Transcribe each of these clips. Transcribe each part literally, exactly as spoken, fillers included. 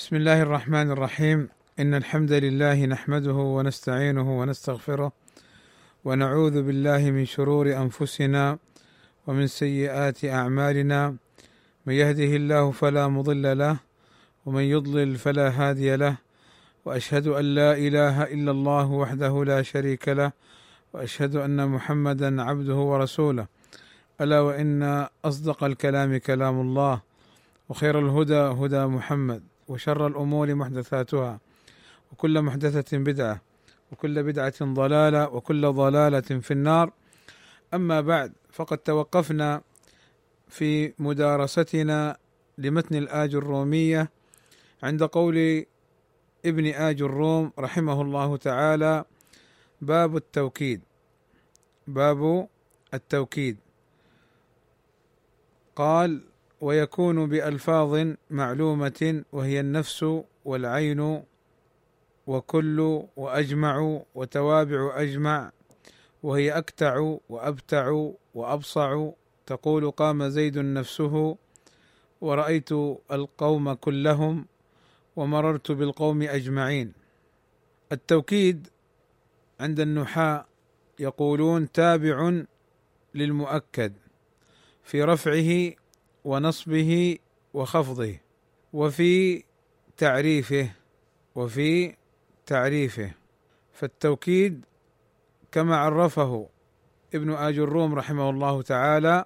بسم الله الرحمن الرحيم. إن الحمد لله نحمده ونستعينه ونستغفره ونعوذ بالله من شرور أنفسنا ومن سيئات أعمالنا، من يهده الله فلا مضل له ومن يضلل فلا هادي له، وأشهد أن لا إله إلا الله وحده لا شريك له، وأشهد أن محمدا عبده ورسوله، ألا وإن أصدق الكلام كلام الله، وخير الهدى هدى محمد، وشر الأمور محدثاتها، وكل محدثة بدعة، وكل بدعة ضلالة، وكل ضلالة في النار. أما بعد، فقد توقفنا في مدارستنا لمتن الآج الرومية عند قول ابن آج الروم رحمه الله تعالى: باب التوكيد. باب التوكيد. قال: ويكون بألفاظ معلومة، وهي النفس والعين وكل وأجمع وتوابع أجمع، وهي أكتع وأبتع وأبصع. تقول: قام زيد نفسه، ورأيت القوم كلهم، ومررت بالقوم أجمعين. التوكيد عند النحاة يقولون تابع للمؤكد في رفعه ونصبه وخفضه وفي تعريفه وفي تعريفه فالتوكيد كما عرفه ابن آج الروم رحمه الله تعالى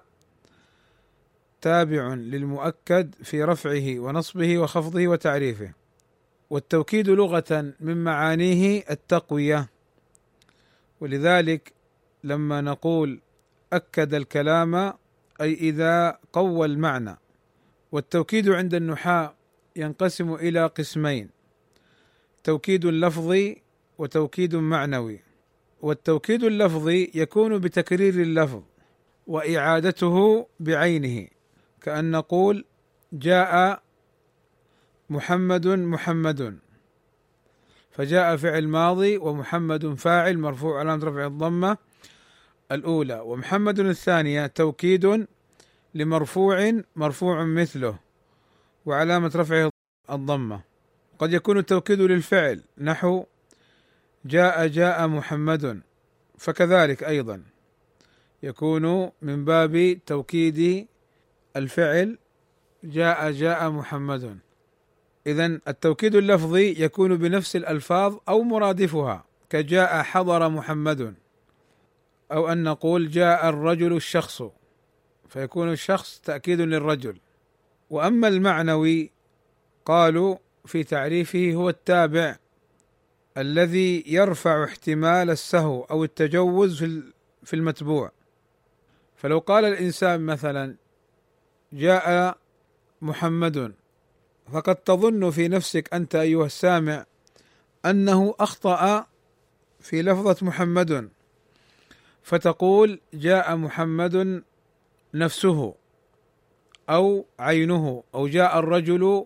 تابع للمؤكد في رفعه ونصبه وخفضه وتعريفه. والتوكيد لغة من معانيه التقوية، ولذلك لما نقول أكد الكلام أي إذا قوى المعنى. والتوكيد عند النحاة ينقسم إلى قسمين: توكيد لفظي وتوكيد معنوي. والتوكيد اللفظي يكون بتكرير اللفظ وإعادته بعينه، كأن نقول: جاء محمد محمد، فجاء فعل ماضي ومحمد فاعل مرفوع علامة رفعه الضمة الأولى، ومحمد الثانية توكيد لمرفوع مرفوع مثله وعلامة رفعه الضمة. قد يكون التوكيد للفعل نحو جاء جاء محمد، فكذلك أيضا يكون من باب توكيد الفعل جاء جاء محمد. إذن التوكيد اللفظي يكون بنفس الألفاظ أو مرادفها، كجاء حضر محمد، أو أن نقول جاء الرجل الشخص، فيكون الشخص تأكيد للرجل. وأما المعنوي قالوا في تعريفه هو التابع الذي يرفع احتمال السهو أو التجوز في المتبوع. فلو قال الإنسان مثلا جاء محمد، فقد تظن في نفسك أنت أيها السامع أنه أخطأ في لفظة محمد، فتقول جاء محمد نفسه أو عينه، أو جاء الرجل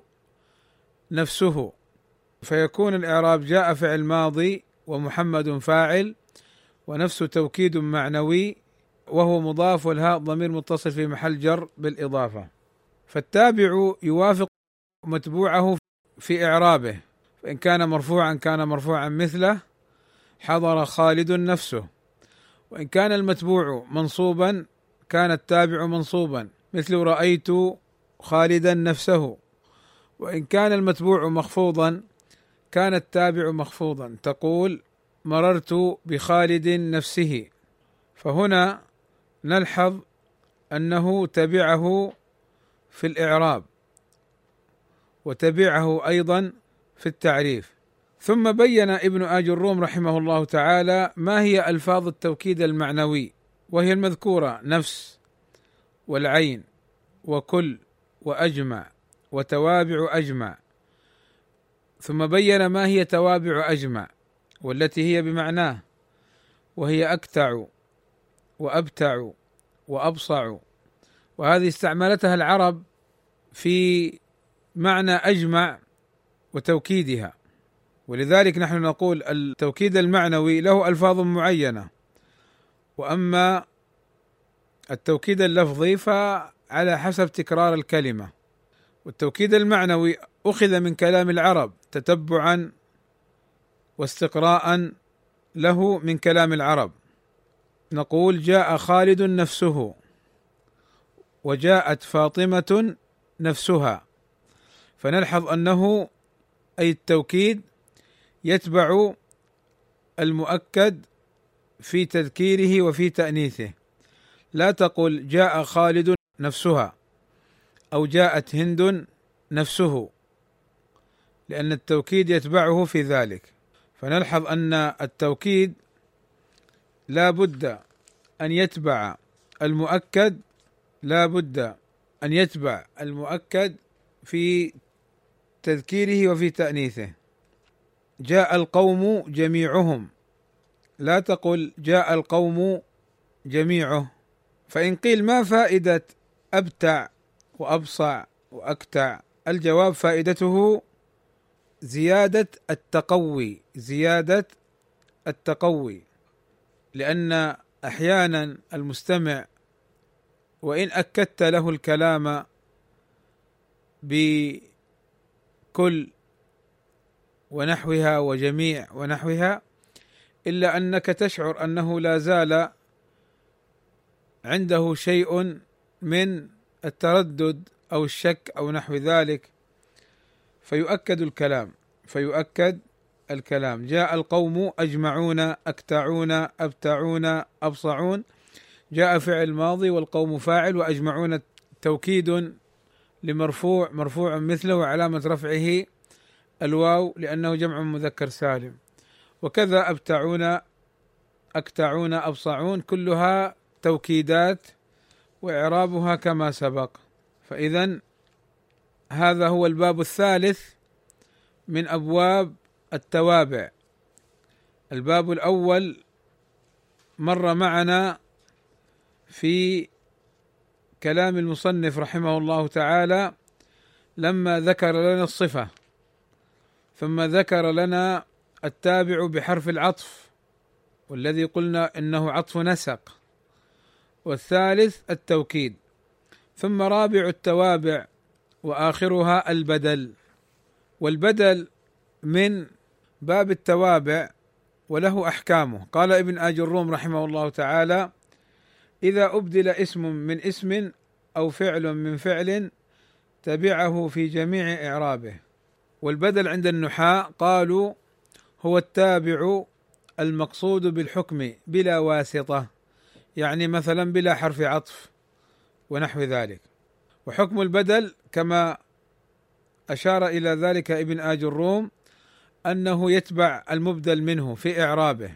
نفسه، فيكون الإعراب جاء فعل ماضي ومحمد فاعل، ونفس توكيد معنوي وهو مضاف، والهاء ضمير متصل في محل جر بالإضافة. فالتابع يوافق متبوعه في إعرابه، فإن كان مرفوعا كان مرفوعا مثله حضر خالد نفسه، وإن كان المتبوع منصوبا كان التابع منصوبا مثل رأيت خالدا نفسه، وإن كان المتبوع مخفوضا كان التابع مخفوضا. تقول مررت بخالد نفسه، فهنا نلحظ أنه تبعه في الإعراب وتبعه أيضا في التعريف. ثم بين ابن آج الروم رحمه الله تعالى ما هي ألفاظ التوكيد المعنوي، وهي المذكورة: نفس والعين وكل وأجمع وتوابع أجمع. ثم بين ما هي توابع أجمع، والتي هي بمعناه، وهي أكتع وأبتع وأبصع، وهذه استعملتها العرب في معنى أجمع وتوكيدها. ولذلك نحن نقول التوكيد المعنوي له ألفاظ معينة، وأما التوكيد اللفظي فعلى حسب تكرار الكلمة. والتوكيد المعنوي أخذ من كلام العرب تتبعا واستقراء له من كلام العرب، نقول جاء خالد نفسه، وجاءت فاطمة نفسها، فنلحظ أنه أي التوكيد يتبع المؤكد في تذكيره وفي تأنيثه. لا تقل جاء خالد نفسها أو جاءت هند نفسه، لأن التوكيد يتبعه في ذلك. فنلحظ أن التوكيد لا بد أن يتبع المؤكد لا بد أن يتبع المؤكد في تذكيره وفي تأنيثه. جاء القوم جميعهم، لا تقل جاء القوم جميعه. فإن قيل ما فائدة أبتع وأبصع وأكتع؟ الجواب فائدته زيادة التقوي زيادة التقوي لأن أحيانا المستمع وإن أكدت له الكلام بكل ونحوها وجميع ونحوها، إلا أنك تشعر أنه لا زال عنده شيء من التردد أو الشك أو نحو ذلك، فيؤكد الكلام فيؤكد الكلام جاء القوم أجمعون، أكتعون، أبتعون، أبصعون. جاء فعل ماضي والقوم فاعل، وأجمعون توكيد لمرفوع مرفوع مثله وعلامة رفعه الواو لأنه جمع مذكر سالم. وكذا أبتعون، أكتعون، أبصعون، كلها توكيدات وإعرابها كما سبق. فإذا هذا هو الباب الثالث من أبواب التوابع. الباب الأول مر معنا في كلام المصنف رحمه الله تعالى لما ذكر لنا الصفة، ثم ذكر لنا التابع بحرف العطف والذي قلنا إنه عطف نسق، والثالث التوكيد، ثم رابع التوابع وآخرها البدل. والبدل من باب التوابع وله أحكامه. قال ابن آج الروم رحمه الله تعالى: إذا أبدل اسم من اسم أو فعل من فعل تبعه في جميع إعرابه. والبدل عند النحاة قالوا هو التابع المقصود بالحكم بلا واسطة، يعني مثلا بلا حرف عطف ونحو ذلك. وحكم البدل كما أشار إلى ذلك ابن آج الروم أنه يتبع المبدل منه في إعرابه،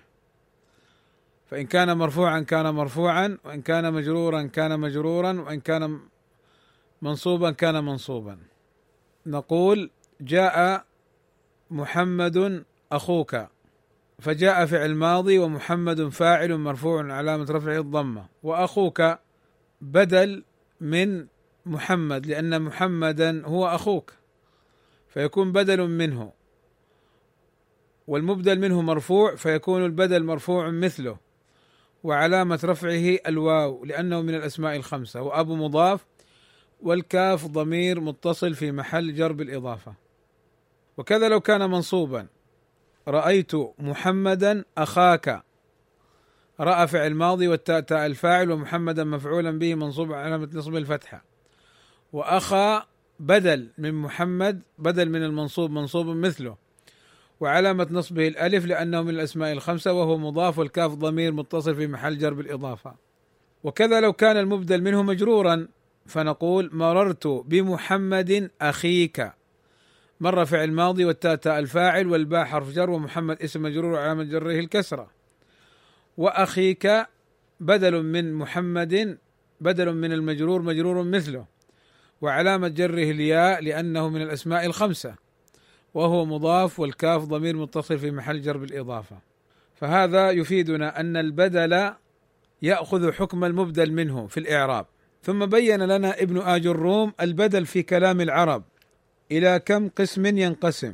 فإن كان مرفوعا كان مرفوعا، وإن كان مجرورا كان مجرورا، وإن كان منصوبا كان منصوبا. نقول جاء محمد أخوك، فجاء فعل ماضي ومحمد فاعل مرفوع علامة رفعه الضمة، وأخوك بدل من محمد لأن محمدا هو أخوك، فيكون بدل منه، والمبدل منه مرفوع فيكون البدل مرفوع مثله، وعلامة رفعه الواو لأنه من الأسماء الخمسة، وأبو مضاف، والكاف ضمير متصل في محل جر بالإضافة. وكذا لو كان منصوبا: رأيت محمدا أخاك، رأى فعل ماضي والتاء تاء الفاعل ومحمدا مفعولا به منصوب علامة نصب الفتحة، وأخا بدل من محمد بدل من المنصوب منصوب مثله، وعلامة نصبه الألف لأنه من الأسماء الخمسة وهو مضاف، والكاف ضمير متصل في محل جر بالإضافة. وكذا لو كان المبدل منه مجرورا فنقول مررت بمحمد أخيك، مر فعل ماضي والتاء تاء الفاعل والباء حرف جر ومحمد اسم مجرور وعلامة جره الكسرة، وأخيك بدل من محمد بدل من المجرور مجرور مثله، وعلامة جره الياء لأنه من الأسماء الخمسة وهو مضاف، والكاف ضمير متصل في محل جر بالإضافة. فهذا يفيدنا أن البدل يأخذ حكم المبدل منه في الإعراب. ثم بين لنا ابن آج الروم البدل في كلام العرب إلى كم قسم ينقسم،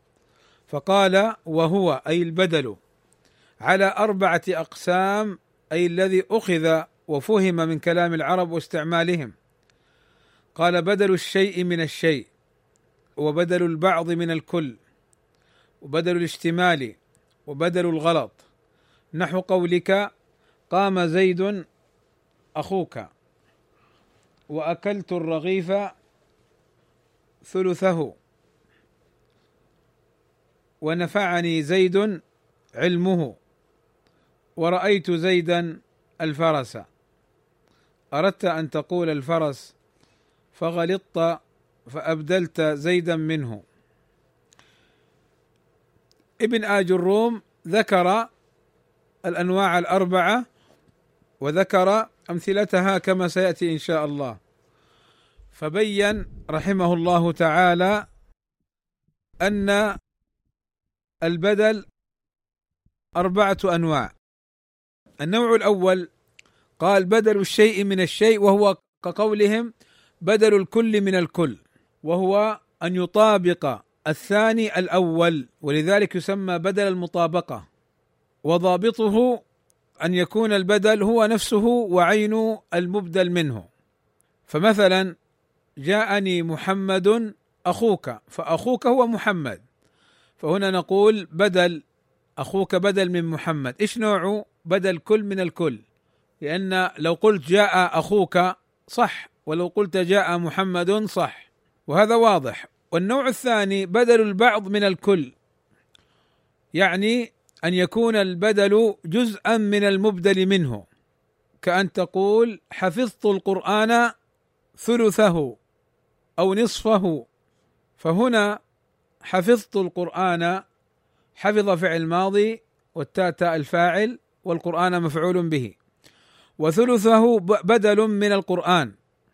فقال: وهو أي البدل على أربعة أقسام، أي الذي أخذ وفهم من كلام العرب واستعمالهم. قال: بدل الشيء من الشيء، وبدل البعض من الكل، وبدل الاشتمال، وبدل الغلط، نحو قولك قام زيد أخوك، وأكلت الرغيف ثلثه، ونفعني زيد علمه، ورأيت زيدا الفرس. أردت أن تقول الفرس فغلطت فأبدلت زيدا منه. ابن آج الروم ذكر الأنواع الأربعة وذكر أمثلتها كما سيأتي إن شاء الله، فبين رحمه الله تعالى أن البدل أربعة أنواع. النوع الأول قال بدل الشيء من الشيء، وهو كقولهم بدل الكل من الكل، وهو أن يطابق الثاني الأول، ولذلك يسمى بدل المطابقة. وضابطه أن يكون البدل هو نفسه وعين المبدل منه. فمثلا جاءني محمد أخوك، فأخوك هو محمد، فهنا نقول بدل أخوك بدل من محمد. إيش نوعه؟ بدل كل من الكل، لأن لو قلت جاء أخوك صح، ولو قلت جاء محمد صح، وهذا واضح. والنوع الثاني بدل البعض من الكل، يعني أن يكون البدل جزءا من المبدل منه، كأن تقول حفظت القرآن ثلثه أو نصفه. فهنا حفظت القرآن، حفظ فعل ماضي والتاء تاء الفاعل والقرآن مفعول به، وثلثه بدل من القرآن،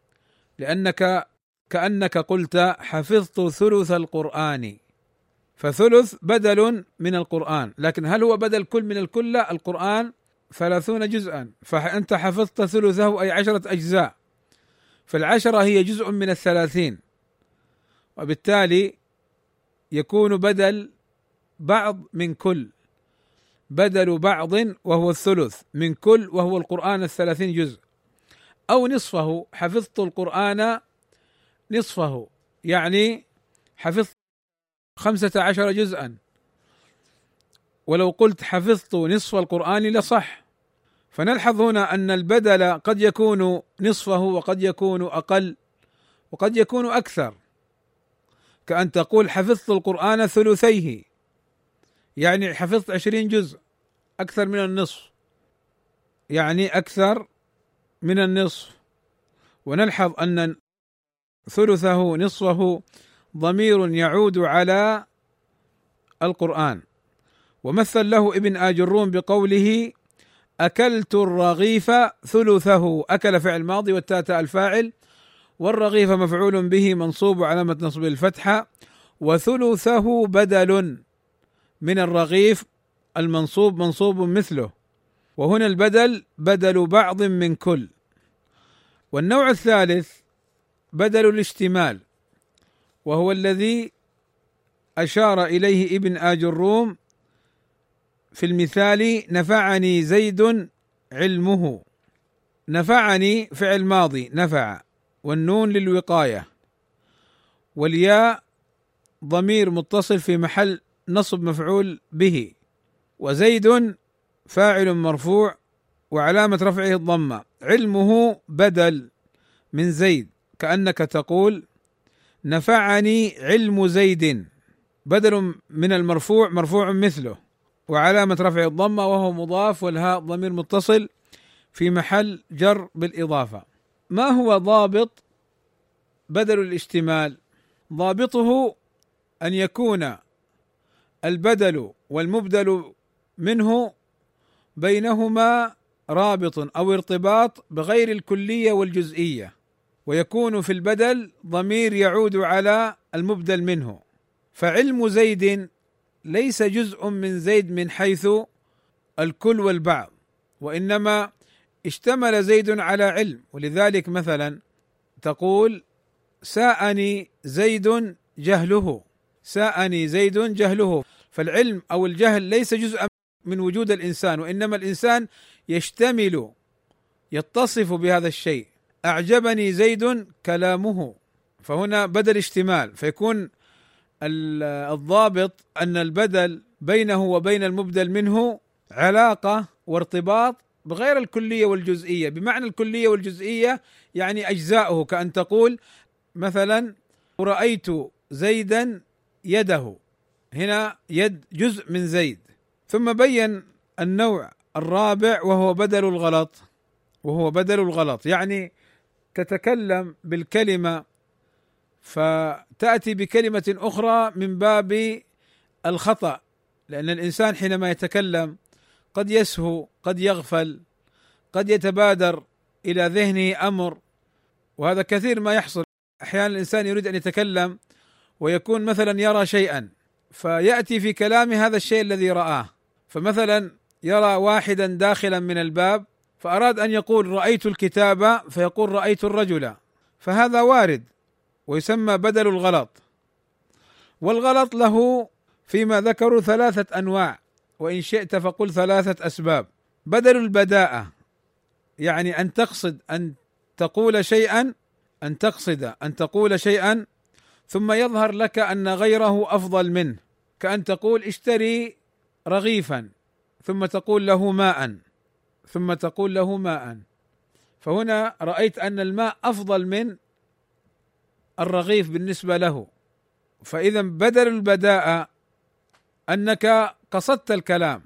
لأنك كأنك قلت حفظت ثلث القرآن، فثلث بدل من القرآن. لكن هل هو بدل كل من الكل؟ لا، القرآن ثلاثون جزءا، فأنت حفظت ثلثه أي عشرة أجزاء، فالعشرة هي جزء من الثلاثين، وبالتالي يكون بدل بعض من كل، بدل بعض وهو الثلث من كل وهو القرآن الثلاثين جزء، أو نصفه، حفظت القرآن نصفه، يعني حفظت خمسة عشر جزءا، ولو قلت حفظت نصف القرآن لصح. فنلحظ هنا أن البدل قد يكون نصفه وقد يكون أقل وقد يكون أكثر، كأن تقول حفظت القرآن ثلثيه، يعني حفظت عشرين جزء، أكثر من النصف، يعني أكثر من النصف. ونلحظ أن ثلثه نصفه ضمير يعود على القرآن. ومثل له ابن آج الروم بقوله أكلت الرغيف ثلثه، أكل فعل ماضي والتاء تاء الفاعل، والرغيف مفعول به منصوب علامة نصب الفتحة، وثلثه بدل من الرغيف المنصوب منصوب مثله، وهنا البدل بدل بعض من كل. والنوع الثالث بدل الاشتمال، وهو الذي أشار إليه ابن آج الروم في المثال نفعني زيد علمه. نفعني فعل ماضي نفع، والنون للوقاية، والياء ضمير متصل في محل نصب مفعول به، وزيد فاعل مرفوع وعلامة رفعه الضمة، علمه بدل من زيد، كأنك تقول نفعني علم زيد، بدل من المرفوع مرفوع مثله وعلامة رفعه الضمة وهو مضاف، والهاء ضمير متصل في محل جر بالإضافة. ما هو ضابط بدل الاشتمال؟ ضابطه أن يكون البدل والمبدل منه بينهما رابط أو ارتباط بغير الكلية والجزئية، ويكون في البدل ضمير يعود على المبدل منه. فعلم زيد ليس جزء من زيد من حيث الكل والبعض، وإنما اشتمل زيد على علم، ولذلك مثلا تقول ساءني زيد جهله، ساءني زيد جهله، فالعلم أو الجهل ليس جزءا من وجود الإنسان، وإنما الإنسان يشتمل يتصف بهذا الشيء. أعجبني زيد كلامه، فهنا بدل اشتمال، فيكون الضابط أن البدل بينه وبين المبدل منه علاقة وارتباط بغير الكلية والجزئية. بمعنى الكلية والجزئية يعني أجزاؤه، كأن تقول مثلا رأيت زيدا يده، هنا يد جزء من زيد. ثم بين النوع الرابع وهو بدل الغلط، وهو بدل الغلط يعني تتكلم بالكلمة فتأتي بكلمة أخرى من باب الخطأ، لأن الإنسان حينما يتكلم قد يسهو، قد يغفل، قد يتبادر إلى ذهنه أمر، وهذا كثير ما يحصل. أحيانا الإنسان يريد أن يتكلم ويكون مثلا يرى شيئا فيأتي في كلامه هذا الشيء الذي رآه، فمثلا يرى واحدا داخلا من الباب فأراد أن يقول رأيت الكتاب فيقول رأيت الرجل، فهذا وارد ويسمى بدل الغلط. والغلط له فيما ذكروا ثلاثة أنواع، وإن شئت فقل ثلاثة أسباب. بدل البداءة يعني أن تقصد أن تقول شيئا، أن تقصد أن تقول شيئا ثم يظهر لك أن غيره أفضل منه، كأن تقول اشتري رغيفا ثم تقول له ماء، ثم تقول له ماء، فهنا رأيت أن الماء أفضل من الرغيف بالنسبة له. فإذا بدل البداءة أنك قصدت الكلام،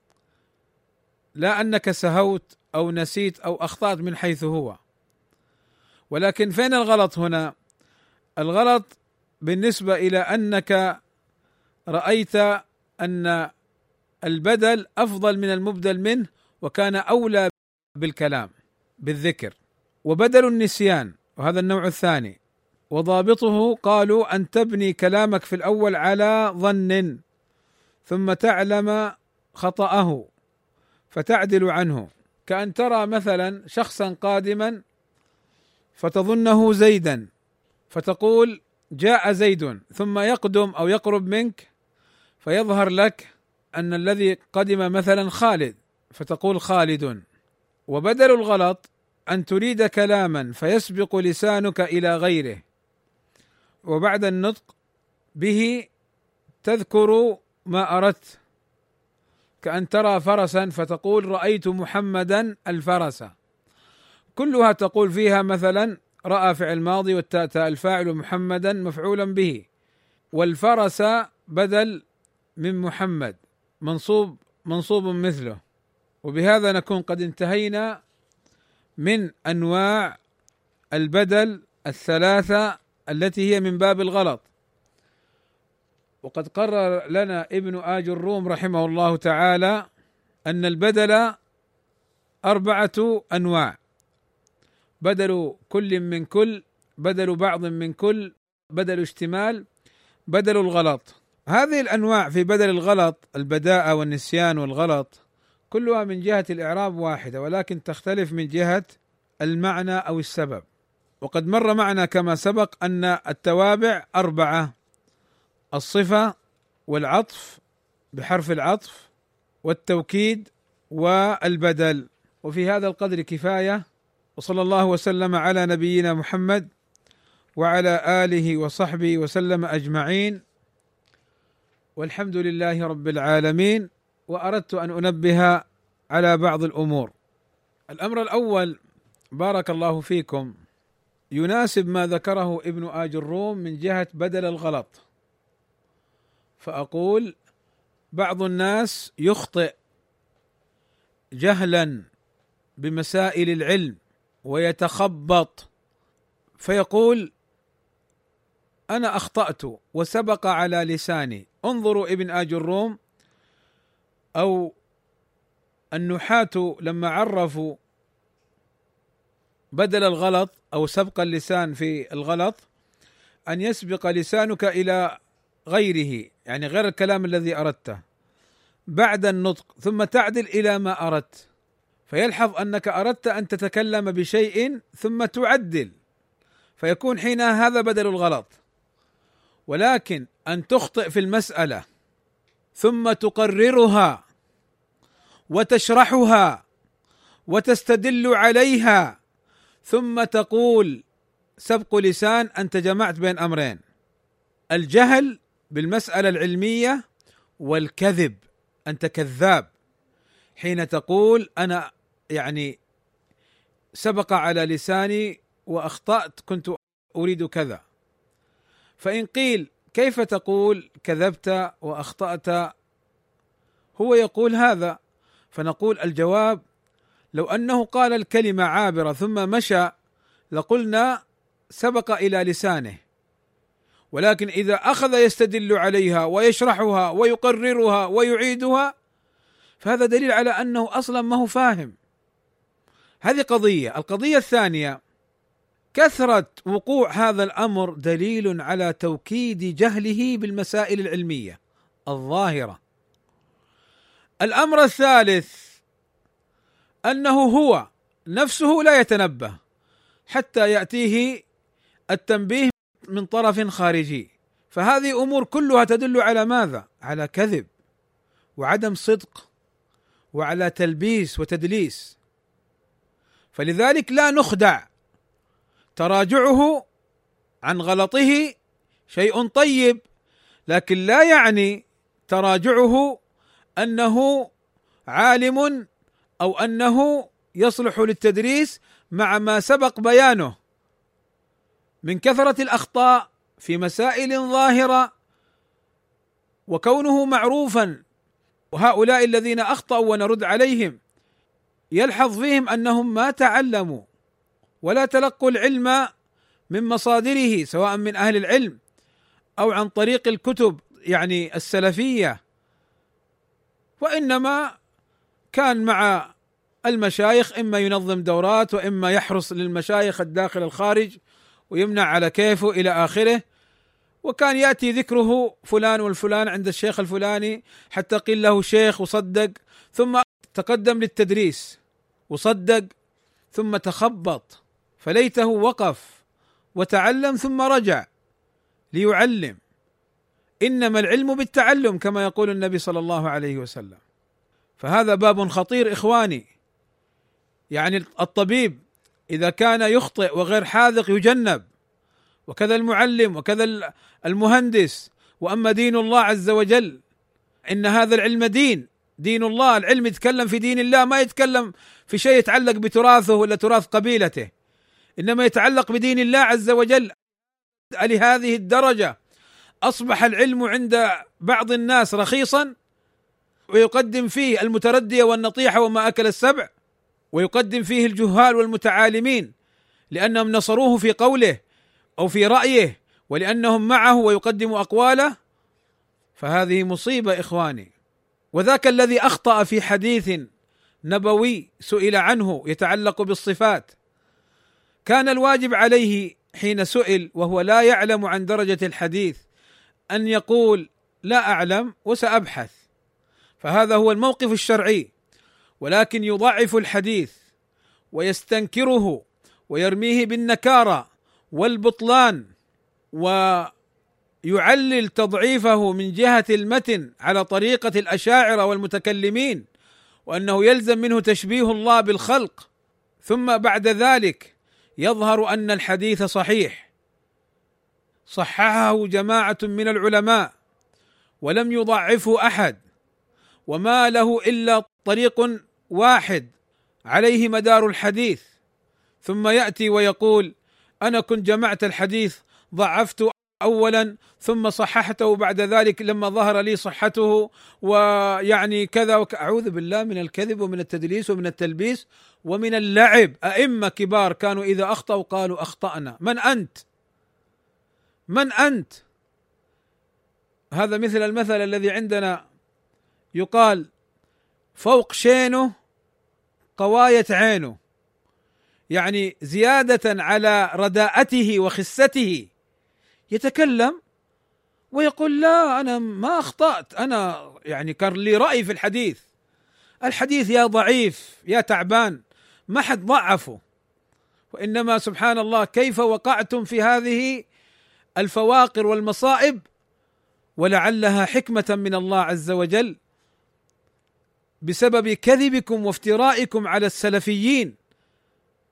لا أنك سهوت أو نسيت أو أخطأت من حيث هو. ولكن فين الغلط هنا؟ الغلط بالنسبة إلى أنك رأيت أن البدل أفضل من المبدل منه وكان أولى بالكلام بالذكر. وبدل النسيان وهذا النوع الثاني، وضابطه قالوا أن تبني كلامك في الأول على ظن ثم تعلم خطأه فتعدل عنه، كأن ترى مثلا شخصا قادما فتظنه زيدا فتقول جاء زيد، ثم يقدم أو يقرب منك فيظهر لك أن الذي قدم مثلا خالد فتقول خالد. وبدل الغلط أن تريد كلاما فيسبق لسانك إلى غيره وبعد النطق به تذكر ما أردت، كأن ترى فرسا فتقول رأيت محمدا الفرس، كلها تقول فيها مثلا رأى فعل ماضي والتاء تاء الفاعل ومحمدا مفعولا به، والفرس بدل من محمد منصوب منصوب مثله. وبهذا نكون قد انتهينا من أنواع البدل الثلاثة التي هي من باب الغلط. وقد قرر لنا ابن آج الروم رحمه الله تعالى أن البدل أربعة أنواع: بدل كل من كل، بدل بعض من كل، بدل اشتمال، بدل الغلط. هذه الأنواع في بدل الغلط البداءة والنسيان والغلط كلها من جهة الإعراب واحدة، ولكن تختلف من جهة المعنى أو السبب. وقد مر معنا كما سبق أن التوابع أربعة: الصفة والعطف بحرف العطف والتوكيد والبدل. وفي هذا القدر كفاية، وصلى الله وسلم على نبينا محمد وعلى آله وصحبه وسلم أجمعين، والحمد لله رب العالمين. وأردت أن أنبه على بعض الأمور. الأمر الأول بارك الله فيكم يناسب ما ذكره ابن آج الروم من جهة بدل الغلط، فأقول بعض الناس يخطئ جهلا بمسائل العلم ويتخبط فيقول أنا أخطأت وسبق على لساني. انظروا ابن آج الروم أو النحاة لما عرفوا بدل الغلط أو سبق اللسان في الغلط أن يسبق لسانك إلى غيره، يعني غير الكلام الذي أردته بعد النطق، ثم تعدل إلى ما أردت، فيلحظ أنك أردت أن تتكلم بشيء ثم تعدل، فيكون حينها هذا بدل الغلط. ولكن أن تخطئ في المسألة ثم تقررها وتشرحها وتستدل عليها ثم تقول سبق لسان، أنت جمعت بين أمرين: الجهل بالمسألة العلمية والكذب. أنت كذاب حين تقول أنا يعني سبق على لساني وأخطأت، كنت أريد كذا. فإن قيل كيف تقول كذبت وأخطأت، هو يقول هذا، فنقول الجواب لو أنه قال الكلمة عابرة ثم مشى لقلنا سبق إلى لسانه، ولكن إذا أخذ يستدل عليها ويشرحها ويقررها ويعيدها فهذا دليل على أنه أصلا ما هو فاهم. هذه قضية. القضية الثانية، كثرة وقوع هذا الأمر دليل على توكيد جهله بالمسائل العلمية الظاهرة. الأمر الثالث أنه هو نفسه لا يتنبه حتى يأتيه التنبيه من طرف خارجي، فهذه أمور كلها تدل على ماذا؟ على كذب وعدم صدق وعلى تلبيس وتدليس. فلذلك لا نخدع، تراجعه عن غلطه شيء طيب، لكن لا يعني تراجعه أنه عالم أو أنه يصلح للتدريس مع ما سبق بيانه من كثرة الأخطاء في مسائل ظاهرة، وكونه معروفا. وهؤلاء الذين أخطأوا ونرد عليهم يلحظ فيهم أنهم ما تعلموا ولا تلقوا العلم من مصادره سواء من أهل العلم أو عن طريق الكتب يعني السلفية، وإنما كان مع المشايخ إما ينظم دورات وإما يحرص للمشايخ الداخل الخارج ويمنع على كيفه إلى آخره، وكان يأتي ذكره فلان والفلان عند الشيخ الفلاني حتى قيل له شيخ وصدق، ثم تقدم للتدريس وصدق ثم تخبط، فليته وقف وتعلم ثم رجع ليعلم. إنما العلم بالتعلم كما يقول النبي صلى الله عليه وسلم. فهذا باب خطير إخواني. يعني الطبيب إذا كان يخطئ وغير حاذق يجنب، وكذا المعلم وكذا المهندس. وأما دين الله عز وجل إن هذا العلم دين دين الله، العلم يتكلم في دين الله، ما يتكلم في شيء يتعلق بتراثه ولا تراث قبيلته، إنما يتعلق بدين الله عز وجل. لهذه الدرجة أصبح العلم عند بعض الناس رخيصا، ويقدم فيه المتردية والنطيحة وما أكل السبع، ويقدم فيه الجهال والمتعالمين لأنهم نصروه في قوله أو في رأيه ولأنهم معه ويقدم أقواله. فهذه مصيبة إخواني. وذاك الذي أخطأ في حديث نبوي سئل عنه يتعلق بالصفات، كان الواجب عليه حين سئل وهو لا يعلم عن درجة الحديث أن يقول لا أعلم وسأبحث، فهذا هو الموقف الشرعي، ولكن يضعف الحديث ويستنكره ويرميه بالنكارة والبطلان، ويعلل تضعيفه من جهة المتن على طريقة الأشاعرة والمتكلمين، وأنه يلزم منه تشبيه الله بالخلق، ثم بعد ذلك يظهر أن الحديث صحيح صححه جماعة من العلماء ولم يضعفه أحد، وما له إلا طريق واحد عليه مدار الحديث، ثم يأتي ويقول أنا كنت جمعت الحديث ضعفت أولا ثم صححته بعد ذلك لما ظهر لي صحته، ويعني كذا وك... أعوذ بالله من الكذب ومن التدليس ومن التلبيس ومن اللعب. أئمة كبار كانوا إذا أخطأوا قالوا أخطأنا. من أنت؟ من أنت؟ هذا مثل المثل الذي عندنا يقال فوق شينه قواية عينه، يعني زيادة على رداءته وخسته يتكلم ويقول لا أنا ما أخطأت، أنا يعني كان لي رأي في الحديث، الحديث يا ضعيف يا تعبان ما حد ضعفه. وإنما سبحان الله كيف وقعتم في هذه الفواقر والمصائب، ولعلها حكمة من الله عز وجل بسبب كذبكم وافترائكم على السلفيين،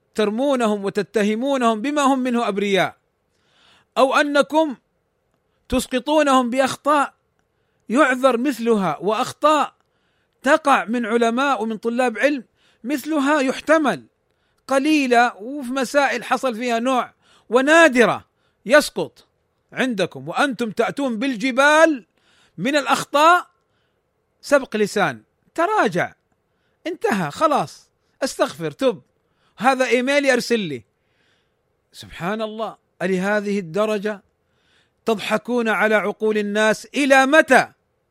ترمونهم وتتهمونهم بما هم منه أبرياء، أو أنكم تسقطونهم بأخطاء يعذر مثلها، وأخطاء تقع من علماء ومن طلاب علم مثلها يحتمل، قليلة وفي مسائل حصل فيها نوع، ونادرة يسقط عندكم، وأنتم تأتون بالجبال من الأخطاء. سبق لسان، تراجع، انتهى، خلاص، استغفر، تب، هذا إيميلي أرسل لي. سبحان الله، ألهذه الدرجة تضحكون على عقول الناس؟ إلى متى؟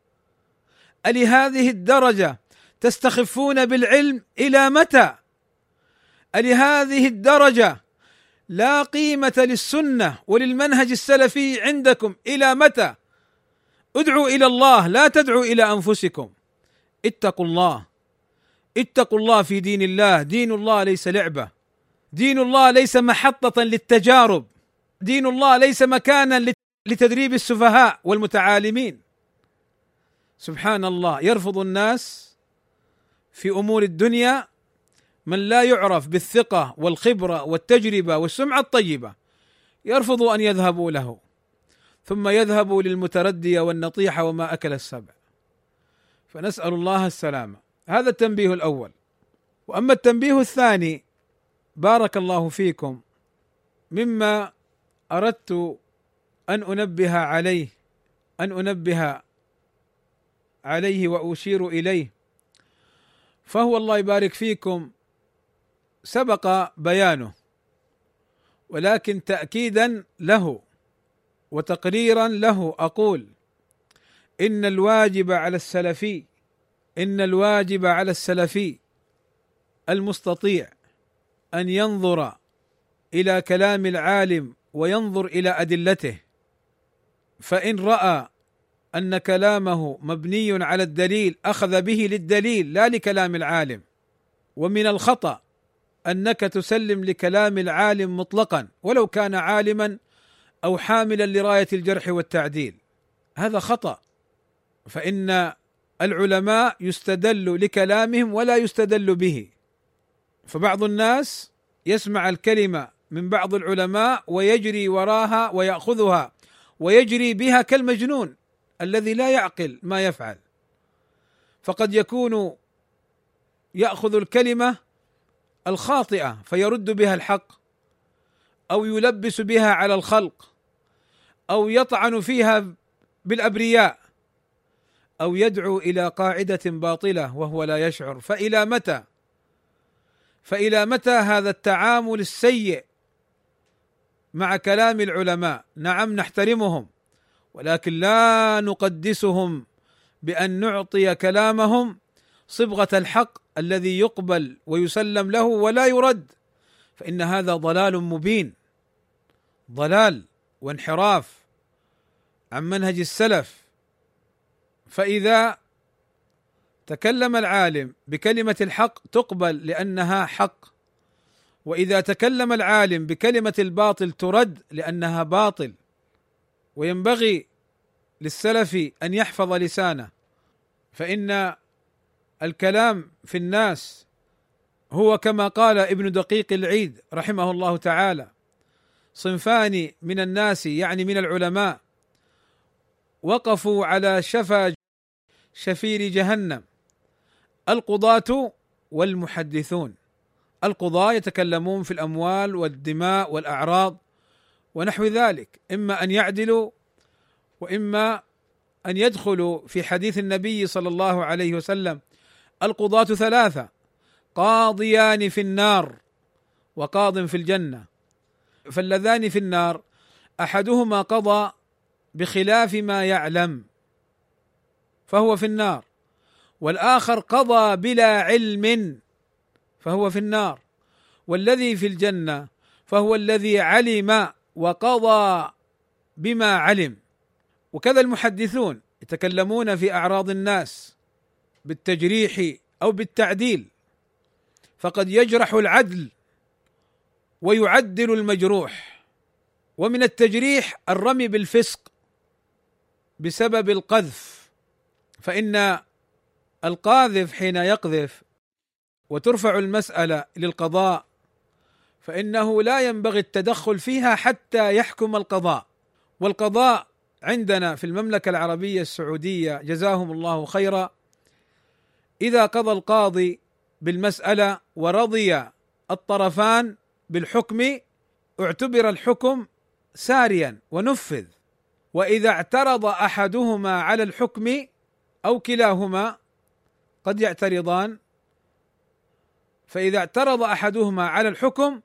ألهذه الدرجة تستخفون بالعلم؟ إلى متى؟ ألهذه الدرجة لا قيمة للسنة وللمنهج السلفي عندكم؟ إلى متى؟ ادعوا إلى الله، لا تدعوا إلى أنفسكم. اتقوا الله، اتقوا الله في دين الله. دين الله ليس لعبة، دين الله ليس محطة للتجارب، دين الله ليس مكانا لتدريب السفهاء والمتعالمين. سبحان الله، يرفض الناس في أمور الدنيا من لا يعرف بالثقة والخبرة والتجربة والسمعة الطيبة، يرفض أن يذهبوا له، ثم يذهبوا للمتردية والنطيحة وما أكل السبع. فنسأل الله السلامة. هذا التنبيه الأول. وأما التنبيه الثاني، بارك الله فيكم، مما أردت أن أنبه عليه أن أنبه عليه وأشير إليه، فهو الله يبارك فيكم سبق بيانه، ولكن تأكيدا له وتقريرا له أقول: إن الواجب على السلفي إن الواجب على السلفي المستطيع أن ينظر إلى كلام العالم وينظر إلى أدلته، فإن رأى أن كلامه مبني على الدليل أخذ به للدليل لا لكلام العالم. ومن الخطأ أنك تسلم لكلام العالم مطلقا ولو كان عالما أو حاملا لراية الجرح والتعديل، هذا خطأ. فإن العلماء يستدل لكلامهم ولا يستدل به. فبعض الناس يسمع الكلمة من بعض العلماء ويجري وراها ويأخذها ويجري بها كالمجنون الذي لا يعقل ما يفعل، فقد يكون يأخذ الكلمة الخاطئة فيرد بها الحق، أو يلبس بها على الخلق، أو يطعن فيها بالأبرياء، أو يدعو إلى قاعدة باطلة وهو لا يشعر. فإلى متى؟ فإلى متى هذا التعامل السيء مع كلام العلماء؟ نعم نحترمهم، ولكن لا نقدسهم بأن نعطي كلامهم صبغة الحق الذي يقبل ويسلم له ولا يرد، فإن هذا ضلال مبين، ضلال وانحراف عن منهج السلف. فإذا تكلم العالم بكلمة الحق تقبل لأنها حق، وإذا تكلم العالم بكلمة الباطل ترد لأنها باطل. وينبغي للسلف أن يحفظ لسانه، فإن الكلام في الناس هو كما قال ابن دقيق العيد رحمه الله تعالى: صنفان من الناس، يعني من العلماء، وقفوا على شفا شفير جهنم: القضاة والمحدثون. القضاة يتكلمون في الأموال والدماء والأعراض ونحو ذلك، إما أن يعدلوا وإما أن يدخلوا في حديث النبي صلى الله عليه وسلم: القضاة ثلاثة، قاضيان في النار وقاض في الجنة. فاللذان في النار أحدهما قضى بخلاف ما يعلم فهو في النار، والآخر قضى بلا علم فهو في النار، والذي في الجنة فهو الذي علم وقضى بما علم. وكذا المحدثون يتكلمون في أعراض الناس بالتجريح أو بالتعديل، فقد يجرح العدل ويعدل المجروح. ومن التجريح الرمي بالفسق بسبب القذف، فإن القاذف حين يقذف وترفع المسألة للقضاء فإنه لا ينبغي التدخل فيها حتى يحكم القضاء، والقضاء عندنا في المملكة العربية السعودية جزاهم الله خيرا، إذا قضى القاضي بالمسألة ورضي الطرفان بالحكم اعتبر الحكم ساريا ونفذ، وإذا اعترض أحدهما على الحكم أو كلاهما، قد يعترضان، فإذا اعترض أحدهما على الحكم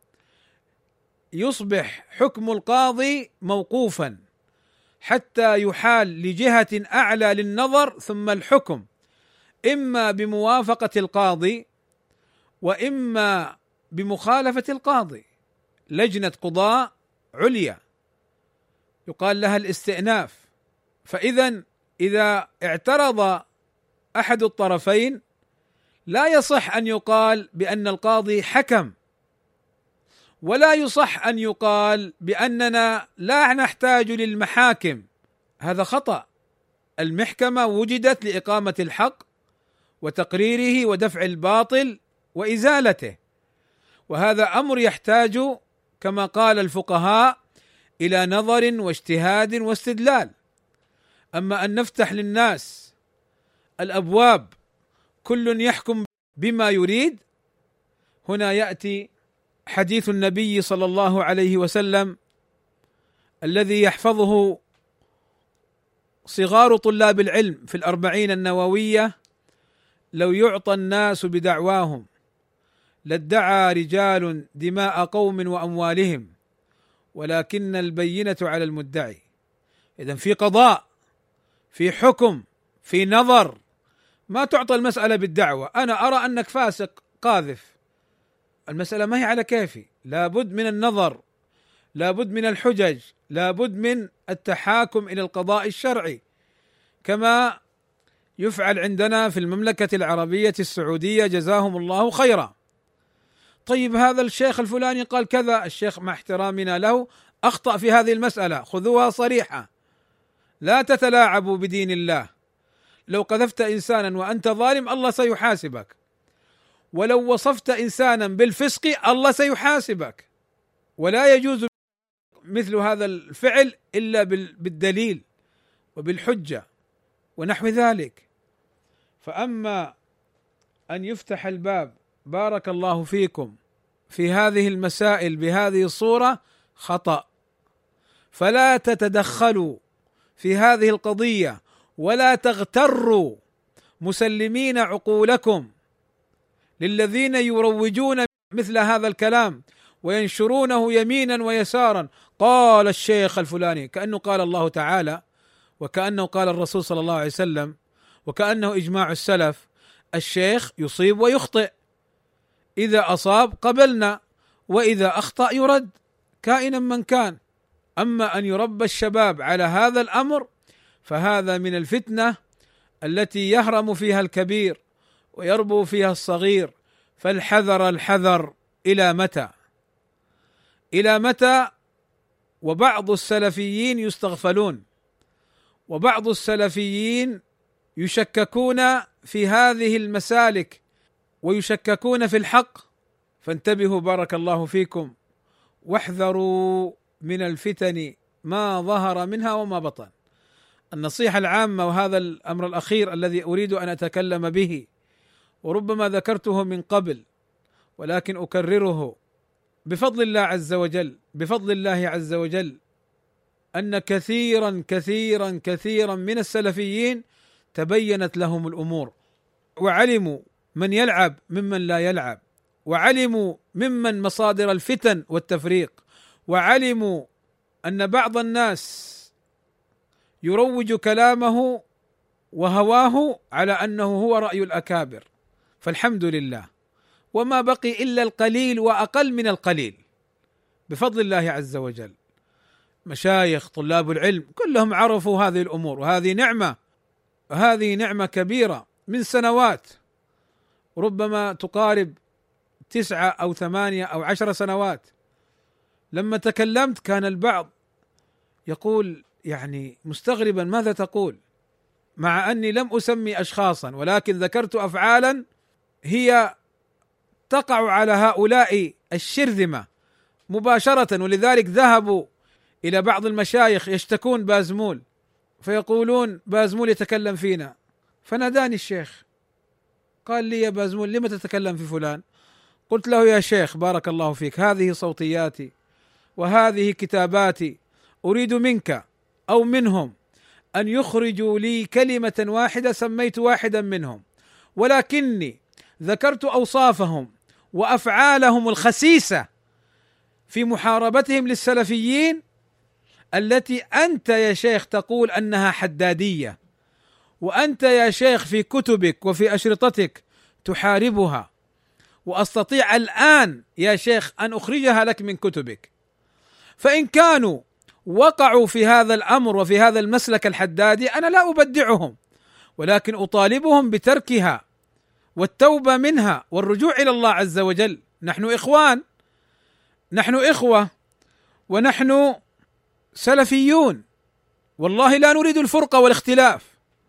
يصبح حكم القاضي موقوفا حتى يحال لجهة أعلى للنظر ثم الحكم، إما بموافقة القاضي وإما بمخالفة القاضي. لجنة قضاء عليا يقال لها الاستئناف. فإذا إذا اعترض أحد الطرفين لا يصح أن يقال بأن القاضي حكم، ولا يصح أن يقال بأننا لا نحتاج للمحاكم، هذا خطأ. المحكمة وجدت لإقامة الحق وتقريره ودفع الباطل وإزالته، وهذا أمر يحتاج كما قال الفقهاء إلى نظر واجتهاد واستدلال. أما أن نفتح للناس الأبواب كل يحكم بما يريد، هنا يأتي حديث النبي صلى الله عليه وسلم الذي يحفظه صغار طلاب العلم في الأربعين النووية: لو يعطى الناس بدعواهم لادعى رجال دماء قوم وأموالهم ولكن البينة على المدعي. إذن في قضاء، في حكم، في نظر. ما تعطى المسألة بالدعوة، أنا أرى أنك فاسق قاذف، المسألة ما هي على كيفي، لابد من النظر، لابد من الحجج، لابد من التحاكم إلى القضاء الشرعي كما يفعل عندنا في المملكة العربية السعودية جزاهم الله خيرا. طيب هذا الشيخ الفلاني قال كذا، الشيخ مع احترامنا له أخطأ في هذه المسألة، خذوها صريحة، لا تتلاعبوا بدين الله. لو قذفت إنسانا وأنت ظالم الله سيحاسبك، ولو وصفت إنسانا بالفسق الله سيحاسبك، ولا يجوز مثل هذا الفعل إلا بالدليل وبالحجة ونحو ذلك. فأما أن يفتح الباب بارك الله فيكم في هذه المسائل بهذه الصورة خطأ، فلا تتدخلوا في هذه القضية ولا تغتروا مسلمين عقولكم للذين يروجون مثل هذا الكلام وينشرونه يمينا ويسارا. قال الشيخ الفلاني، كأنه قال الله تعالى، وكأنه قال الرسول صلى الله عليه وسلم، وكأنه إجماع السلف. الشيخ يصيب ويخطئ، إذا أصاب قبلنا وإذا أخطأ يرد كائنا من كان. أما أن يربى الشباب على هذا الأمر فهذا من الفتنة التي يهرم فيها الكبير ويربو فيها الصغير. فالحذر الحذر. إلى متى؟ إلى متى؟ وبعض السلفيين يستغفلون، وبعض السلفيين يشككون في هذه المسالك ويشككون في الحق. فانتبهوا بارك الله فيكم، واحذروا من الفتن ما ظهر منها وما بطن. النصيحة العامة، وهذا الأمر الأخير الذي أريد أن أتكلم به، وربما ذكرته من قبل ولكن أكرره بفضل الله عز وجل، بفضل الله عز وجل، أن كثيرا كثيرا كثيرا من السلفيين تبينت لهم الأمور، وعلموا من يلعب ممن لا يلعب، وعلموا ممن مصادر الفتن والتفريق، وعلموا أن بعض الناس يروج كلامه وهواه على أنه هو رأي الأكابر. فالحمد لله، وما بقي إلا القليل وأقل من القليل بفضل الله عز وجل. مشايخ طلاب العلم كلهم عرفوا هذه الأمور، وهذه نعمة، وهذه نعمة كبيرة من سنوات، ربما تقارب تسعة أو ثمانية أو عشر سنوات. لما تكلمت كان البعض يقول يعني مستغربا ماذا تقول، مع أني لم أسمي أشخاصا ولكن ذكرت أفعالا هي تقع على هؤلاء الشرذمة مباشرة، ولذلك ذهبوا إلى بعض المشايخ يشتكون بازمول فيقولون بازمول يتكلم فينا، فناداني الشيخ قال لي يا بازمول لم تتكلم في فلان؟ قلت له يا شيخ بارك الله فيك، هذه صوتياتي وهذه كتاباتي، أريد منك أو منهم أن يخرجوا لي كلمة واحدة سميت واحدا منهم، ولكني ذكرت أوصافهم وأفعالهم الخسيسة في محاربتهم للسلفيين التي أنت يا شيخ تقول أنها حدادية، وأنت يا شيخ في كتبك وفي أشرطتك تحاربها، وأستطيع الآن يا شيخ أن أخرجها لك من كتبك. فإن كانوا وقعوا في هذا الأمر وفي هذا المسلك الحدادي أنا لا أبدعهم، ولكن أطالبهم بتركها والتوبة منها والرجوع إلى الله عز وجل. نحن إخوان، نحن إخوة، ونحن سلفيون، والله لا نريد الفرقة والاختلاف،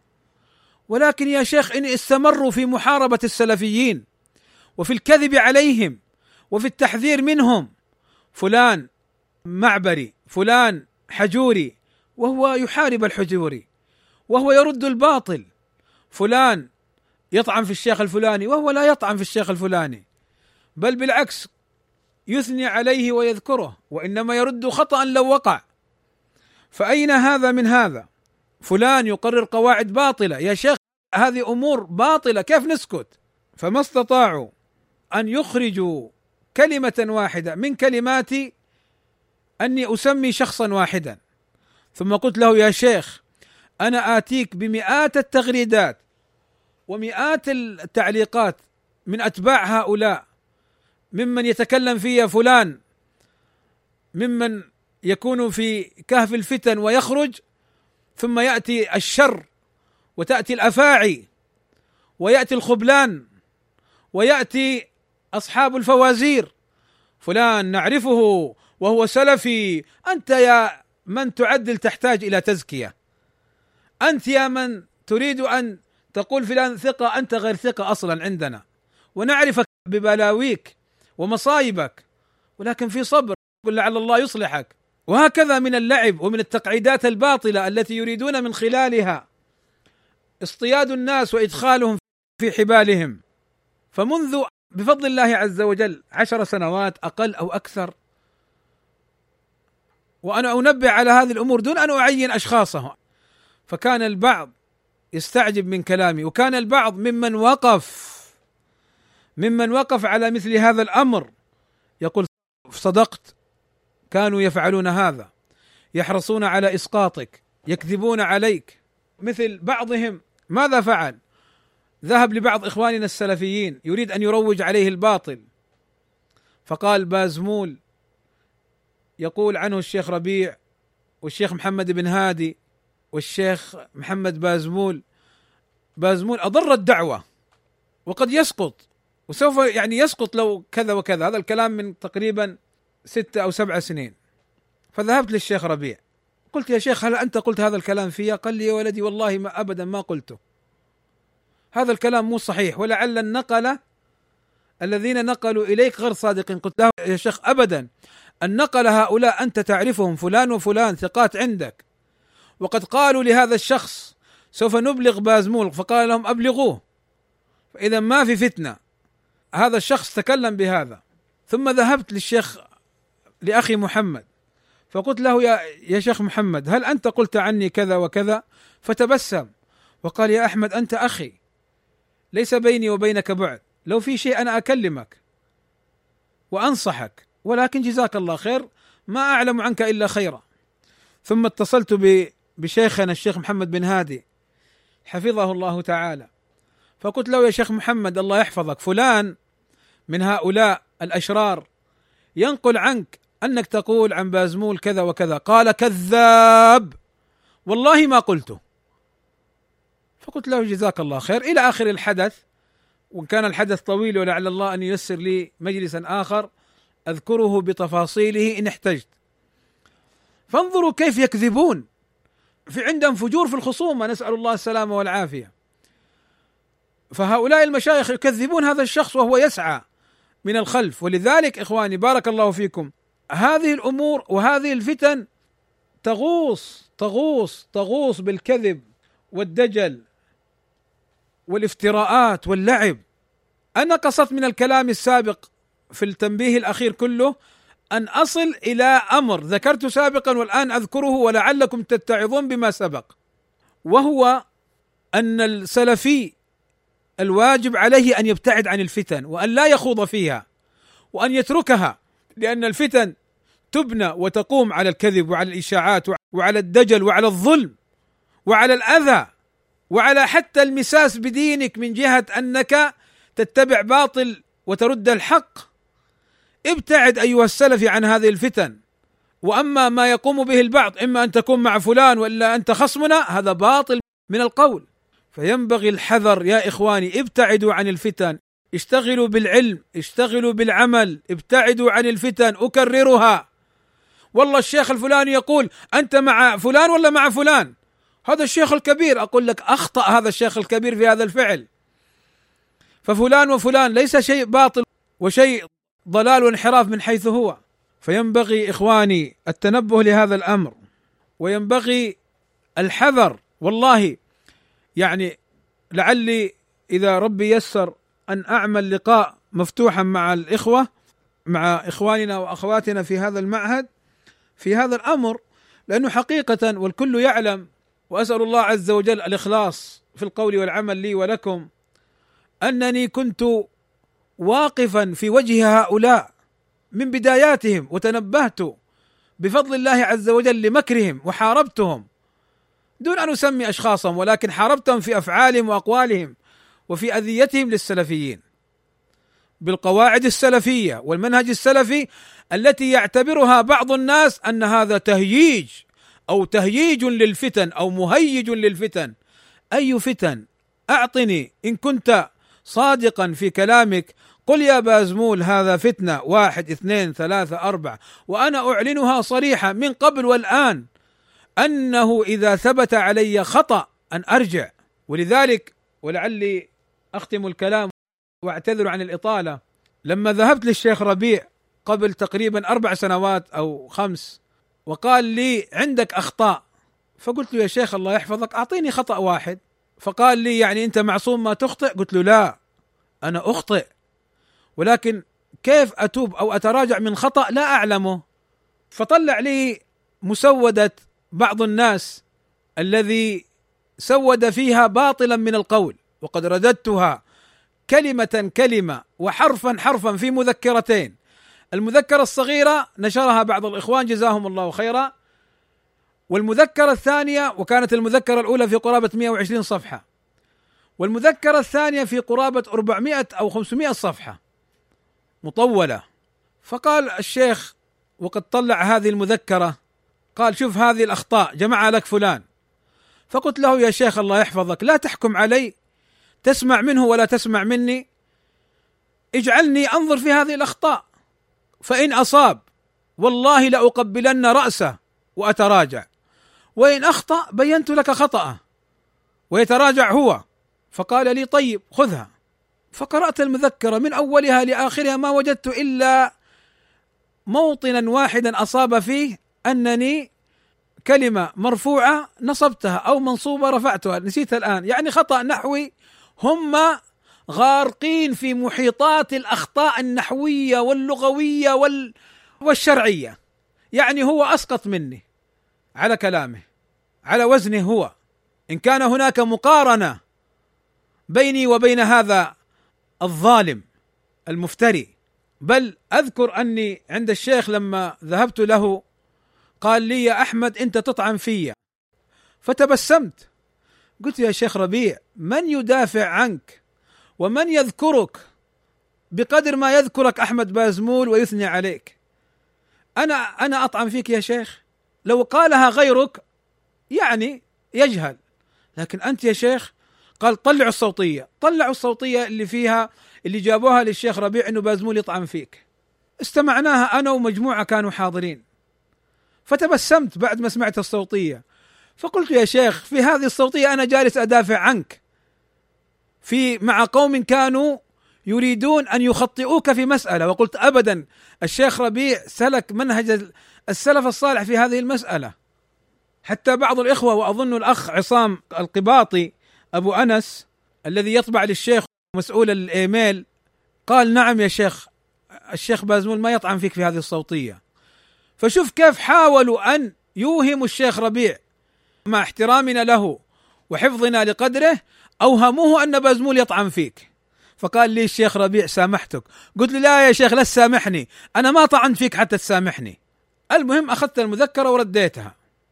ولكن يا شيخ إن استمروا في محاربة السلفيين وفي الكذب عليهم وفي التحذير منهم، فلان معبري، فلان حجوري وهو يحارب الحجوري وهو يرد الباطل، فلان يطعن في الشيخ الفلاني وهو لا يطعن في الشيخ الفلاني، بل بالعكس يثني عليه ويذكره، وإنما يرد خطأ لو وقع. فأين هذا من هذا؟ فلان يقرر قواعد باطلة، يا شيخ هذه أمور باطلة كيف نسكت؟ فما استطاعوا أن يخرجوا كلمة واحدة من كلماتي أني أسمي شخصا واحدا. ثم قلت له يا شيخ أنا آتيك بمئات التغريدات ومئات التعليقات من أتباع هؤلاء ممن يتكلم فيها فلان، ممن يكون في كهف الفتن ويخرج، ثم يأتي الشر وتأتي الأفاعي ويأتي الخبلان ويأتي أصحاب الفوازير، فلان نعرفه وهو سلفي. أنت يا من تعدل تحتاج إلى تزكية، أنت يا من تريد أن تقول فلان ثقة، أنت غير ثقة أصلا عندنا، ونعرفك ببلاويك ومصايبك، ولكن في صبر، قل لعل الله يصلحك. وهكذا من اللعب ومن التقعيدات الباطلة التي يريدون من خلالها اصطياد الناس وإدخالهم في حبالهم. فمنذ بفضل الله عز وجل عشر سنوات أقل أو أكثر، وأنا أنبه على هذه الأمور دون أن أعين أشخاصهم، فكان البعض يستعجب من كلامي، وكان البعض ممن وقف ممن وقف على مثل هذا الأمر يقول صدقت، كانوا يفعلون هذا، يحرصون على إسقاطك، يكذبون عليك. مثل بعضهم ماذا فعل؟ ذهب لبعض إخواننا السلفيين يريد أن يروج عليه الباطل، فقال بازمول يقول عنه الشيخ ربيع والشيخ محمد بن هادي والشيخ محمد بازمول، بازمول أضر الدعوة وقد يسقط، وسوف يعني يسقط لو كذا وكذا. هذا الكلام من تقريبا ستة أو سبع سنين. فذهبت للشيخ ربيع قلت يا شيخ هل أنت قلت هذا الكلام فيها؟ قال لي يا ولدي والله ما أبدا ما قلته، هذا الكلام مو صحيح، ولعل النقلة الذين نقلوا إليك غير صادقين. قلت له يا شيخ أبدا، النقل هؤلاء أنت تعرفهم، فلان وفلان ثقات عندك، وقد قالوا لهذا الشخص سوف نبلغ بازمول، فقال لهم أبلغوه، فإذا ما في فتنة. هذا الشخص تكلم بهذا. ثم ذهبت للشيخ لأخي محمد فقلت له يا يا شيخ محمد هل أنت قلت عني كذا وكذا؟ فتبسم وقال يا أحمد أنت أخي، ليس بيني وبينك بعد، لو في شيء أنا أكلمك وأنصحك، ولكن جزاك الله خير، ما أعلم عنك إلا خيرا. ثم اتصلت بشيخنا الشيخ محمد بن هادي حفظه الله تعالى، فقلت له يا شيخ محمد الله يحفظك، فلان من هؤلاء الأشرار ينقل عنك أنك تقول عن بازمول كذا وكذا. قال كذاب والله ما قلته. فقلت له جزاك الله خير إلى آخر الحدث، وإن كان الحدث طويل ولعل الله أن ييسر لي مجلسا آخر أذكره بتفاصيله إن احتجت. فانظروا كيف يكذبون، في عندهم فجور في الخصومة، نسأل الله السلامة والعافية. فهؤلاء المشايخ يكذبون هذا الشخص وهو يسعى من الخلف. ولذلك إخواني بارك الله فيكم، هذه الأمور وهذه الفتن تغوص تغوص تغوص بالكذب والدجل والافتراءات واللعب. أنا قصدت من الكلام السابق في التنبيه الأخير كله أن أصل إلى أمر ذكرت سابقا والآن أذكره ولعلكم تتعظون بما سبق، وهو أن السلفي الواجب عليه أن يبتعد عن الفتن وأن لا يخوض فيها وأن يتركها، لأن الفتن تبنى وتقوم على الكذب وعلى الإشاعات وعلى الدجل وعلى الظلم وعلى الأذى وعلى حتى المساس بدينك من جهة أنك تتبع باطل وترد الحق. ابتعد أيها السلفي عن هذه الفتن. وأما ما يقوم به البعض إما أن تكون مع فلان وإلا أنت خصمنا، هذا باطل من القول. فينبغي الحذر يا إخواني، ابتعدوا عن الفتن، اشتغلوا بالعلم، اشتغلوا بالعمل، ابتعدوا عن الفتن. أكررها، والله الشيخ الفلاني يقول أنت مع فلان ولا مع فلان؟ هذا الشيخ الكبير. أقول لك أخطأ هذا الشيخ الكبير في هذا الفعل، ففلان وفلان ليس شيء باطل وشيء ضلال وانحراف من حيث هو. فينبغي إخواني التنبه لهذا الأمر، وينبغي الحذر. والله يعني لعلي إذا ربي يسر أن أعمل لقاء مفتوحا مع الإخوة، مع إخواننا وأخواتنا في هذا المعهد في هذا الأمر، لأنه حقيقة والكل يعلم، وأسأل الله عز وجل الإخلاص في القول والعمل لي ولكم، أنني كنت واقفا في وجه هؤلاء من بداياتهم، وتنبهت بفضل الله عز وجل لمكرهم وحاربتهم دون أن أسمي أشخاصهم، ولكن حاربتهم في أفعالهم وأقوالهم وفي أذيتهم للسلفيين بالقواعد السلفية والمنهج السلفي التي يعتبرها بعض الناس أن هذا تهييج أو تهييج للفتن أو مهيج للفتن. أي فتن؟ أعطني إن كنت صادقا في كلامك، قل يا بازمول هذا فتنة واحد اثنين ثلاثة أربعة، وأنا أعلنها صريحة من قبل والآن أنه إذا ثبت علي خطأ أن أرجع. ولذلك ولعلي أختم الكلام وأعتذر عن الإطالة، لما ذهبت للشيخ ربيع قبل تقريبا أربع سنوات أو خمس وقال لي عندك أخطاء، فقلت له يا شيخ الله يحفظك أعطيني خطأ واحد. فقال لي يعني أنت معصوم ما تخطئ؟ قلت له لا، أنا أخطئ، ولكن كيف أتوب أو أتراجع من خطأ لا أعلمه. فطلع لي مسودة بعض الناس الذي سود فيها باطلا من القول، وقد رددتها كلمة كلمة وحرفا حرفا في مذكرتين. المذكرة الصغيرة نشرها بعض الإخوان جزاهم الله خيرا، والمذكرة الثانية، وكانت المذكرة الأولى في قرابة مئة وعشرين صفحة، والمذكرة الثانية في قرابة أربعمائة أو خمسمائة صفحة مطولة. فقال الشيخ وقد طلع هذه المذكرة، قال شوف هذه الأخطاء جمعها لك فلان. فقلت له يا شيخ الله يحفظك لا تحكم علي، تسمع منه ولا تسمع مني، اجعلني أنظر في هذه الأخطاء، فإن أصاب والله لأقبلن رأسه وأتراجع، وإن أخطأ بينت لك خطأه ويتراجع هو. فقال لي طيب خذها. فقرأت المذكرة من أولها لآخرها، ما وجدت إلا موطنا واحدا أصاب فيه أنني كلمة مرفوعة نصبتها أو منصوبة رفعتها، نسيتها الآن، يعني خطأ نحوي. هم غارقين في محيطات الأخطاء النحوية واللغوية وال... والشرعية، يعني هو أسقط مني على كلامه على وزنه هو، إن كان هناك مقارنة بيني وبين هذا الظالم المفتري. بل أذكر أني عند الشيخ لما ذهبت له قال لي يا أحمد أنت تطعن في، فتبسمت قلت يا شيخ ربيع من يدافع عنك ومن يذكرك بقدر ما يذكرك أحمد بازمول ويثني عليك؟ أنا أنا أطعن فيك يا شيخ؟ لو قالها غيرك يعني يجهل، لكن أنت يا شيخ. قال طلعوا الصوتية، طلعوا الصوتية اللي فيها اللي جابوها للشيخ ربيع إنه بازمول يطعن فيك. استمعناها أنا ومجموعة كانوا حاضرين، فتبسمت بعد ما سمعت الصوتية، فقلت يا شيخ في هذه الصوتية أنا جالس أدافع عنك في مع قوم كانوا يريدون أن يخطئوك في مسألة، وقلت أبدا الشيخ ربيع سلك منهج السلف الصالح في هذه المسألة. حتى بعض الإخوة وأظن الأخ عصام القباطي أبو أنس الذي يطبع للشيخ مسؤول الإيميل قال: نعم يا شيخ، الشيخ بازمول ما يطعن فيك في هذه الصوتية. فشوف كيف حاولوا أن يوهموا الشيخ ربيع مع احترامنا له وحفظنا لقدره، أوهموه أن بازمول يطعن فيك. فقال لي الشيخ ربيع: سامحتك. قلت له: لا يا شيخ، لا تسامحني، أنا ما طعنت فيك حتى تسامحني. المهم أخذت المذكرة ورديتها،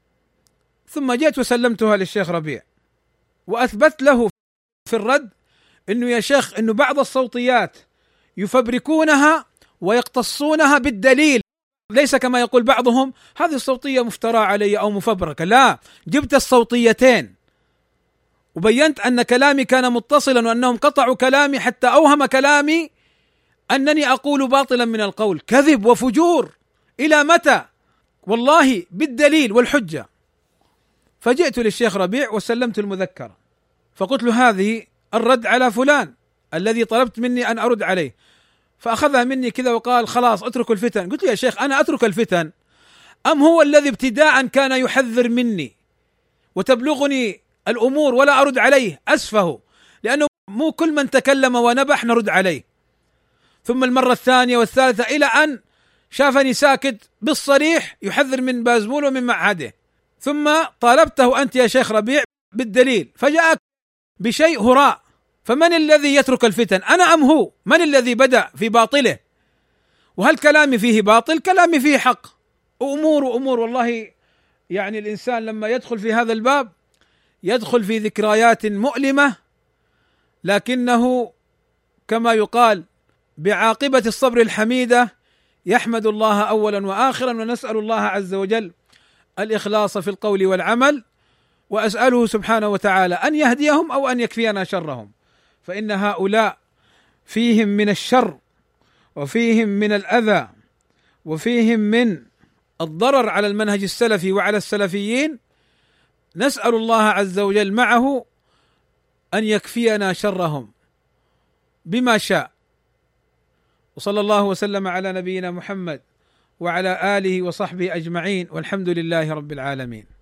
ثم جئت وسلمتها للشيخ ربيع، وأثبت له في الرد أنه يا شيخ أنه بعض الصوتيات يفبركونها ويقتصونها بالدليل، ليس كما يقول بعضهم هذه الصوتية مفترى علي أو مفبركة. لا، جبت الصوتيتين وبينت أن كلامي كان متصلا وأنهم قطعوا كلامي حتى أوهم كلامي أنني أقول باطلا من القول. كذب وفجور إلى متى؟ والله بالدليل والحجة. فجئت للشيخ ربيع وسلمت المذكرة، فقلت له: هذه الرد على فلان الذي طلبت مني أن أرد عليه. فأخذها مني كذا وقال: خلاص اتركوا الفتن. قلت له: يا شيخ، أنا أترك الفتن أم هو الذي ابتداء كان يحذر مني وتبلغني الأمور ولا أرد عليه أسفه؟ لأنه مو كل من تكلم ونبح نرد عليه. ثم المرة الثانية والثالثة إلى أن شافني ساكت بالصريح يحذر من بازمول ومن معهده. ثم طالبته: أنت يا شيخ ربيع بالدليل، فجاءك بشيء هراء. فمن الذي يترك الفتن، أنا أم هو؟ من الذي بدأ في باطله؟ وهل كلامي فيه باطل؟ كلامي فيه حق. أمور وأمور والله، يعني الإنسان لما يدخل في هذا الباب يدخل في ذكريات مؤلمة، لكنه كما يقال بعاقبة الصبر الحميدة يحمد الله أولا وآخرا، ونسأل الله عز وجل الإخلاص في القول والعمل، وأسأله سبحانه وتعالى أن يهديهم أو أن يكفينا شرهم، فإن هؤلاء فيهم من الشر وفيهم من الأذى وفيهم من الضرر على المنهج السلفي وعلى السلفيين. نسأل الله عز وجل معه أن يكفينا شرهم بما شاء. وصلى الله وسلم على نبينا محمد وعلى آله وصحبه أجمعين، والحمد لله رب العالمين.